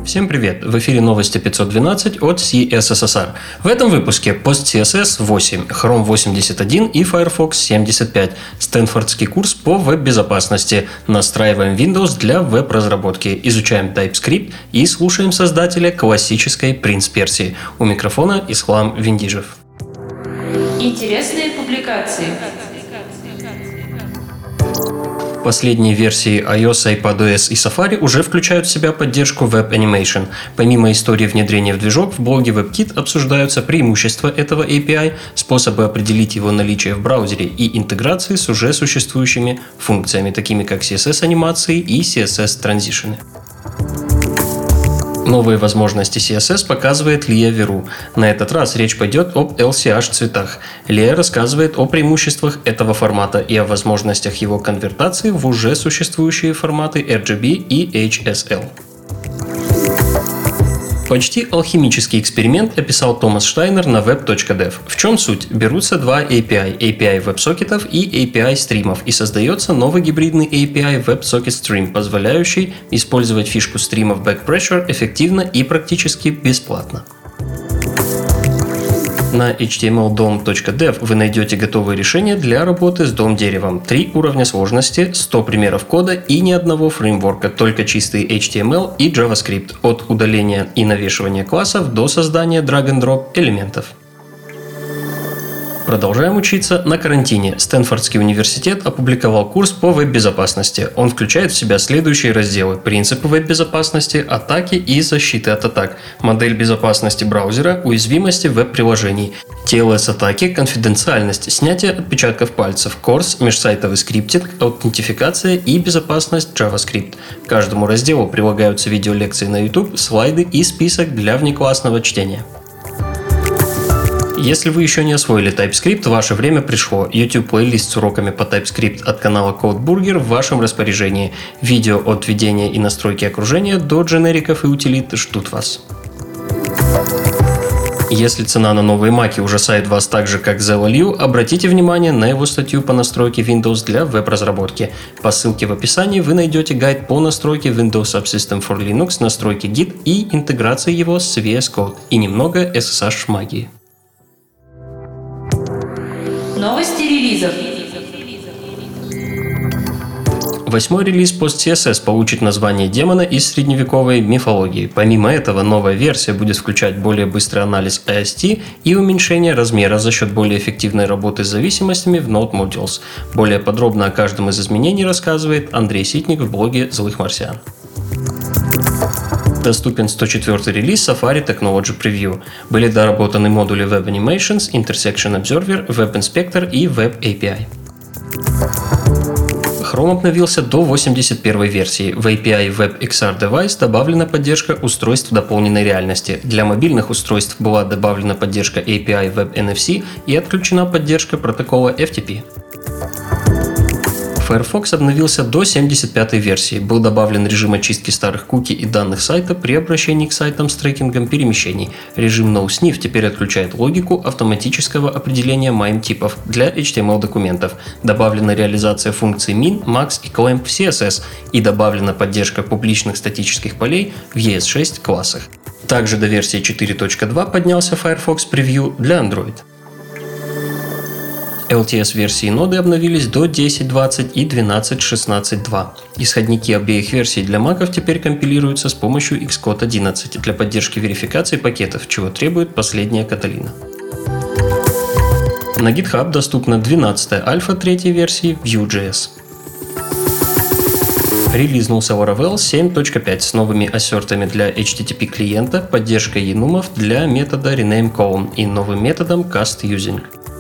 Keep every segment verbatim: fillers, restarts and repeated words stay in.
Всем привет! В эфире новости пятьсот двенадцать от си эс эс эс ар. В этом выпуске PostCSS восемь, Chrome восемьдесят один и Firefox семьдесят пять, стэнфордский курс по веб-безопасности, настраиваем Windows для веб-разработки, изучаем TypeScript и слушаем создателя классической принц-Персии. У микрофона Ислам Виндижев. Интересные публикации. Последние версии iOS, iPadOS и Safari уже включают в себя поддержку Web Animation. Помимо истории внедрения в движок, в блоге WebKit обсуждаются преимущества этого эй пи ай, способы определить его наличие в браузере и интеграции с уже существующими функциями, такими как си эс эс-анимации и си эс эс-транзишены. Новые возможности си эс эс показывает Лия Веру. На этот раз речь пойдет об эл си эйч цветах. Лия рассказывает о преимуществах этого формата и о возможностях его конвертации в уже существующие форматы эр джи би и эйч эс эл. Почти алхимический эксперимент описал Томас Штайнер на веб точка дев. В чем суть? Берутся два эй пи ай – эй пи ай веб-сокетов и эй пи ай стримов, и создается новый гибридный эй пи ай WebSocket Stream, позволяющий использовать фишку стримов Backpressure эффективно и практически бесплатно. На эйч ти эм эл дом точка дев вы найдете готовые решения для работы с дом-деревом. Три уровня сложности, сто примеров кода и ни одного фреймворка, только чистый эйч ти эм эл и JavaScript, от удаления и навешивания классов до создания drag-and-drop элементов. Продолжаем учиться на карантине. Стэнфордский университет опубликовал курс по веб-безопасности. Он включает в себя следующие разделы: принципы веб-безопасности, атаки и защиты от атак, модель безопасности браузера, уязвимости веб-приложений, ти эл эс-атаки, конфиденциальность, снятие отпечатков пальцев, корс, межсайтовый скриптинг, аутентификация и безопасность JavaScript. К каждому разделу прилагаются видеолекции на YouTube, слайды и список для внеклассного чтения. Если вы еще не освоили TypeScript, ваше время пришло. YouTube-плейлист с уроками по TypeScript от канала CodeBurger в вашем распоряжении. Видео от введения и настройки окружения до дженериков и утилит ждут вас. Если цена на новые маки ужасает вас так же, как Zella Liu, обратите внимание на его статью по настройке Windows для веб-разработки. По ссылке в описании вы найдете гайд по настройке Windows Subsystem for Linux, настройке Git и интеграции его с ви эс Code и немного эс эс эйч-магии. Новости релизов. Восьмой релиз PostCSS получит название демона из средневековой мифологии. Помимо этого, новая версия будет включать более быстрый анализ эй эс ти и уменьшение размера за счет более эффективной работы с зависимостями в Node Modules. Более подробно о каждом из изменений рассказывает Андрей Ситник в блоге Злых Марсиан. Доступен сто четвёртый релиз Safari Technology Preview. Были доработаны модули Web Animations, Intersection Observer, Web Inspector и Web эй пи ай. Chrome обновился до восемьдесят первой версии. В эй пи ай Web икс ар Device добавлена поддержка устройств дополненной реальности. Для мобильных устройств была добавлена поддержка эй пи ай Web эн эф си и отключена поддержка протокола эф ти пи. Firefox обновился до семьдесят пятой версии. Был добавлен режим очистки старых куки и данных сайта при обращении к сайтам с трекингом перемещений. Режим NoSniff теперь отключает логику автоматического определения MIME-типов для эйч ти эм эл-документов. Добавлена реализация функций min, max и clamp в си эс эс и добавлена поддержка публичных статических полей в и эс шесть классах. Также до версии четыре точка два поднялся Firefox Preview для Android. эл ти эс-версии ноды обновились до десять точка двадцать и двенадцать точка шестнадцать точка два. Исходники обеих версий для маков теперь компилируются с помощью Xcode одиннадцать для поддержки верификации пакетов, чего требует последняя Каталина. На GitHub доступна двенадцатая альфа третьей версии Vue.js. Релизнулся Laravel семь точка пять с новыми ассертами для эйч ти ти пи клиента, поддержкой enumов для метода rename_column и новым методом cast_using.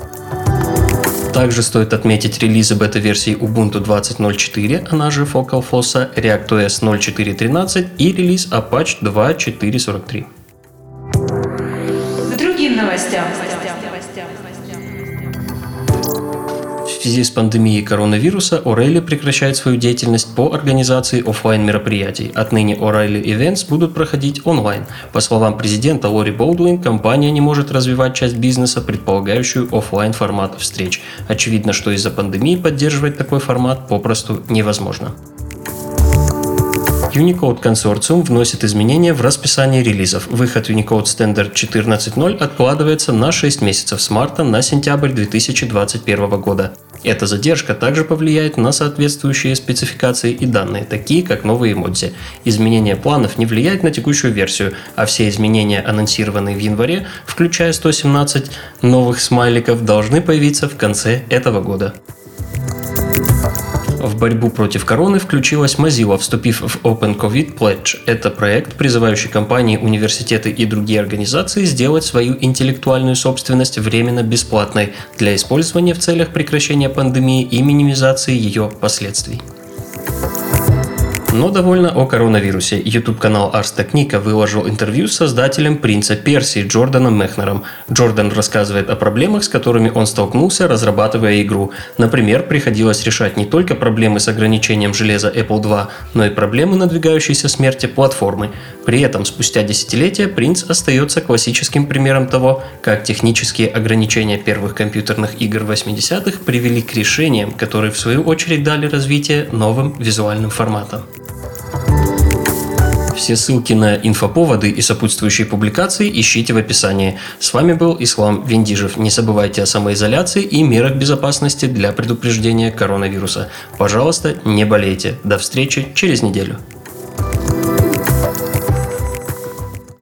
Также стоит отметить релизы бета-версий Ubuntu двадцать ноль четыре, она же Focal Fossa, ReactOS ноль четыре тринадцать и релиз Apache два точка четыре сорок три. К другим новостям. В связи с пандемией коронавируса O'Reilly прекращает свою деятельность по организации офлайн мероприятий. Отныне O'Reilly Events будут проходить онлайн. По словам президента Лори Болдуин, компания не может развивать часть бизнеса, предполагающую офлайн формат встреч. Очевидно, что из-за пандемии поддерживать такой формат попросту невозможно. Unicode консорциум вносит изменения в расписание релизов. Выход Unicode Standard четырнадцать ноль откладывается на шесть месяцев с марта на сентябрь две тысячи двадцать первого года. Эта задержка также повлияет на соответствующие спецификации и данные, такие как новые эмодзи. Изменение планов не влияет на текущую версию, а все изменения, анонсированные в январе, включая сто семнадцать новых смайликов, должны появиться в конце этого года. В борьбу против короны включилась Mozilla, вступив в Open COVID Pledge. Это проект, призывающий компании, университеты и другие организации сделать свою интеллектуальную собственность временно бесплатной для использования в целях прекращения пандемии и минимизации ее последствий. Но довольно о коронавирусе. YouTube-канал Ars Technica выложил интервью с создателем «Принца Персии» Джорданом Мехнером. Джордан рассказывает о проблемах, с которыми он столкнулся, разрабатывая игру. Например, приходилось решать не только проблемы с ограничением железа Apple два, но и проблемы надвигающейся смерти платформы. При этом, спустя десятилетия, «Принц» остается классическим примером того, как технические ограничения первых компьютерных игр восьмидесятых привели к решениям, которые в свою очередь дали развитие новым визуальным форматам. Все ссылки на инфоповоды и сопутствующие публикации ищите в описании. С вами был Ислам Вендижев. Не забывайте о самоизоляции и мерах безопасности для предупреждения коронавируса. Пожалуйста, не болейте. До встречи через неделю.